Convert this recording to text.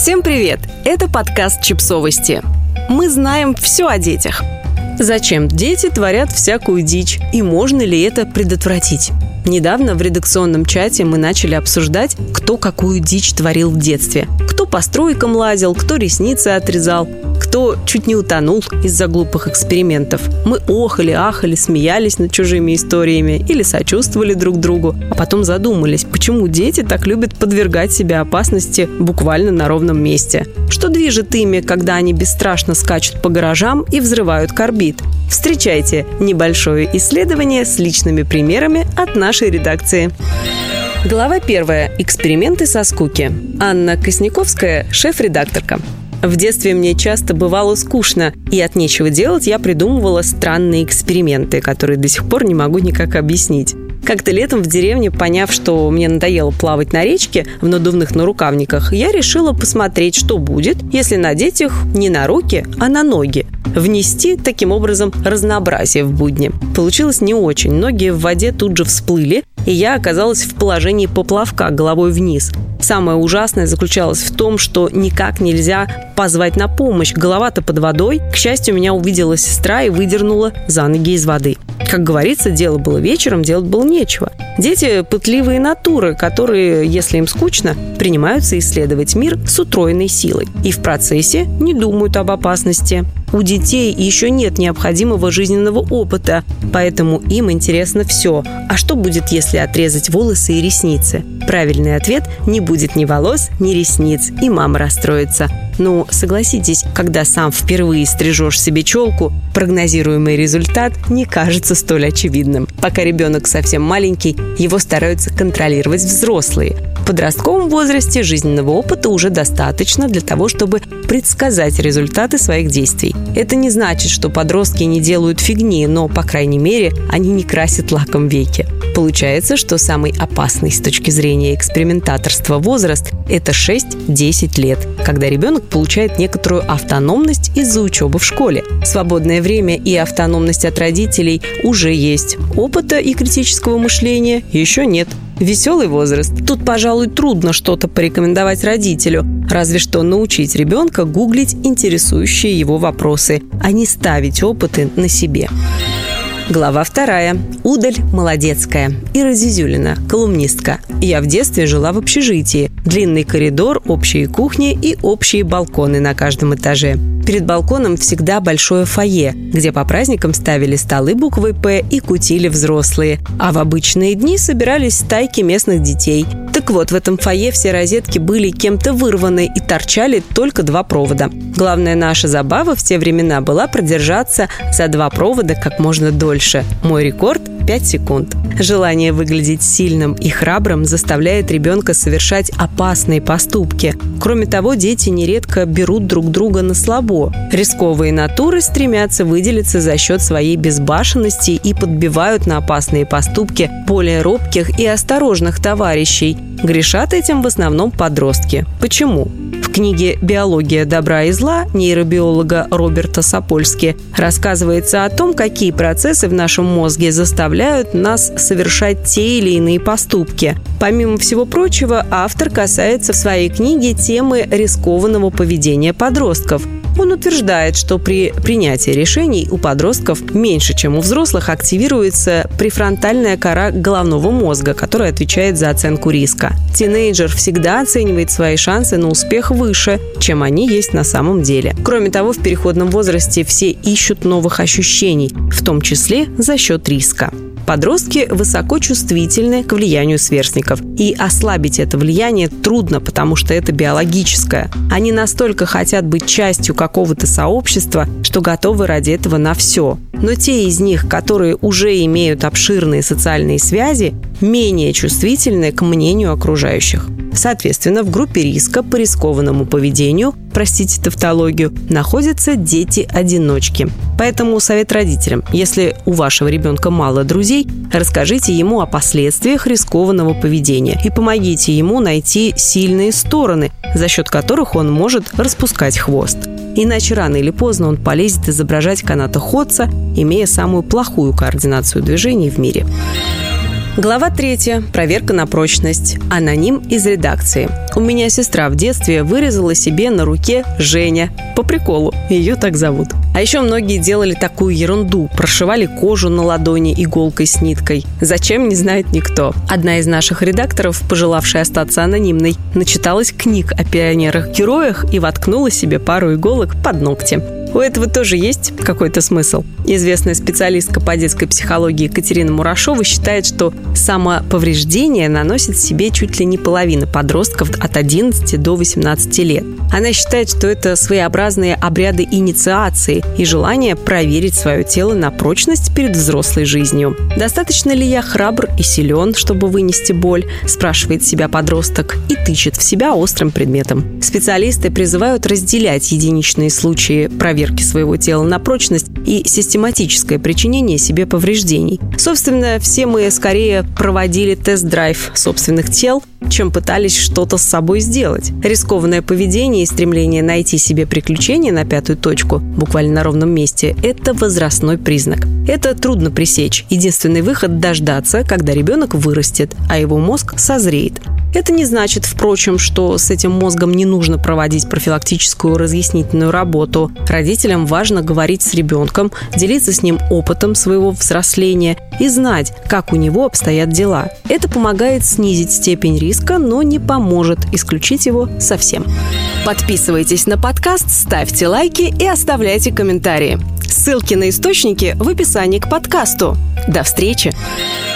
Всем привет! Это подкаст «Чипсовости». Мы знаем все о детях. Зачем дети творят всякую дичь? И можно ли это предотвратить? Недавно в редакционном чате мы начали обсуждать, кто какую дичь творил в детстве. Кто по стройкам лазил, кто ресницы отрезал, кто чуть не утонул из-за глупых экспериментов. Мы охали, ахали, смеялись над чужими историями или сочувствовали друг другу, а потом задумались, почему дети так любят подвергать себя опасности буквально на ровном месте. Что движет ими, когда они бесстрашно скачут по гаражам и взрывают карбид? Встречайте небольшое исследование с личными примерами от нашей редакции. Глава 1. Эксперименты со скуки. Анна Косняковская, шеф-редакторка. В детстве мне часто бывало скучно, и от нечего делать я придумывала странные эксперименты, которые до сих пор не могу никак объяснить. Как-то летом в деревне, поняв, что мне надоело плавать на речке в надувных нарукавниках, я решила посмотреть, что будет, если надеть их не на руки, а на ноги. Внести, таким образом, разнообразие в будни. Получилось не очень. Ноги в воде тут же всплыли, и я оказалась в положении поплавка головой вниз. Самое ужасное заключалось в том, что никак нельзя позвать на помощь. Голова-то под водой. К счастью, меня увидела сестра и выдернула за ноги из воды. Как говорится, дело было вечером, делать было нечего. Дети – пытливые натуры, которые, если им скучно, принимаются исследовать мир с утроенной силой. И в процессе не думают об опасности. У детей еще нет необходимого жизненного опыта, поэтому им интересно все. А что будет, если отрезать волосы и ресницы? Правильный ответ – не будет ни волос, ни ресниц, и мама расстроится. Но согласитесь, когда сам впервые стрижешь себе челку, прогнозируемый результат не кажется столь очевидным. Пока ребенок совсем маленький, его стараются контролировать взрослые. В подростковом возрасте жизненного опыта уже достаточно для того, чтобы предсказать результаты своих действий. Это не значит, что подростки не делают фигни, но, по крайней мере, они не красят лаком веки. Получается, что самый опасный с точки зрения экспериментаторства возраст – это 6-10 лет, когда ребенок получает некоторую автономность из-за учебы в школе. Свободное время и автономность от родителей уже есть. Опыта и критического мышления еще нет. Веселый возраст. Тут, пожалуй, трудно что-то порекомендовать родителю, разве что научить ребенка гуглить интересующие его вопросы, а не ставить опыты на себе. Глава 2. Удаль Молодецкая. Ира Зизюлина, колумнистка. Я в детстве жила в общежитии. Длинный коридор, общие кухни и общие балконы на каждом этаже. Перед балконом всегда большое фойе, где по праздникам ставили столы буквой «П» и кутили взрослые. А в обычные дни собирались стайки местных детей. Так вот, в этом фойе все розетки были кем-то вырваны и торчали только 2 провода. Главная наша забава в те времена была продержаться за 2 провода как можно дольше. Мой рекорд – 5 секунд. Желание выглядеть сильным и храбрым заставляет ребенка совершать опасные поступки. Кроме того, дети нередко берут друг друга на слабо. Рисковые натуры стремятся выделиться за счет своей безбашенности и подбивают на опасные поступки более робких и осторожных товарищей. Грешат этим в основном подростки. Почему? В книге «Биология добра и зла» нейробиолога Роберта Сапольски рассказывается о том, какие процессы в нашем мозге заставляют нас совершать те или иные поступки. Помимо всего прочего, автор касается в своей книге темы рискованного поведения подростков. Он утверждает, что при принятии решений у подростков меньше, чем у взрослых, активируется префронтальная кора головного мозга, которая отвечает за оценку риска. Тинейджер всегда оценивает свои шансы на успех выше, чем они есть на самом деле. Кроме того, в переходном возрасте все ищут новых ощущений, в том числе за счет риска. Подростки высоко чувствительны к влиянию сверстников. И ослабить это влияние трудно, потому что это биологическое. Они настолько хотят быть частью какого-то сообщества, что готовы ради этого на все. Но те из них, которые уже имеют обширные социальные связи, менее чувствительны к мнению окружающих. Соответственно, в группе риска по рискованному поведению, простите тавтологию, находятся дети-одиночки. Поэтому совет родителям: если у вашего ребенка мало друзей, расскажите ему о последствиях рискованного поведения и помогите ему найти сильные стороны, за счет которых он может распускать хвост. Иначе рано или поздно он полезет изображать канатоходца, имея самую плохую координацию движений в мире. Глава 3. Проверка на прочность. Аноним из редакции. У меня сестра в детстве вырезала себе на руке Женя. По приколу. Ее так зовут. А еще многие делали такую ерунду. Прошивали кожу на ладони иголкой с ниткой. Зачем, не знает никто. Одна из наших редакторов, пожелавшая остаться анонимной, начиталась книг о пионерах-героях и воткнула себе пару иголок под ногти. У этого тоже есть какой-то смысл. Известная специалистка по детской психологии Екатерина Мурашова считает, что самоповреждение наносит себе чуть ли не половина подростков от 11 до 18 лет. Она считает, что это своеобразные обряды инициации и желание проверить свое тело на прочность перед взрослой жизнью. «Достаточно ли я храбр и силен, чтобы вынести боль?» – спрашивает себя подросток и тычет в себя острым предметом. Специалисты призывают разделять единичные случаи проверки своего тела на прочность и систематическое причинение себе повреждений. Собственно, все мы скорее проводили тест-драйв собственных тел, чем пытались что-то с собой сделать. Рискованное поведение и стремление найти себе приключения на пятую точку, буквально на ровном месте, это возрастной признак. Это трудно пресечь. Единственный выход – дождаться, когда ребенок вырастет, а его мозг созреет. Это не значит, впрочем, что с этим мозгом не нужно проводить профилактическую разъяснительную работу. Родителям важно говорить с ребенком, делиться с ним опытом своего взросления и знать, как у него обстоят дела. Это помогает снизить степень риска, но не поможет исключить его совсем. Подписывайтесь на подкаст, ставьте лайки и оставляйте комментарии. Ссылки на источники в описании к подкасту. До встречи!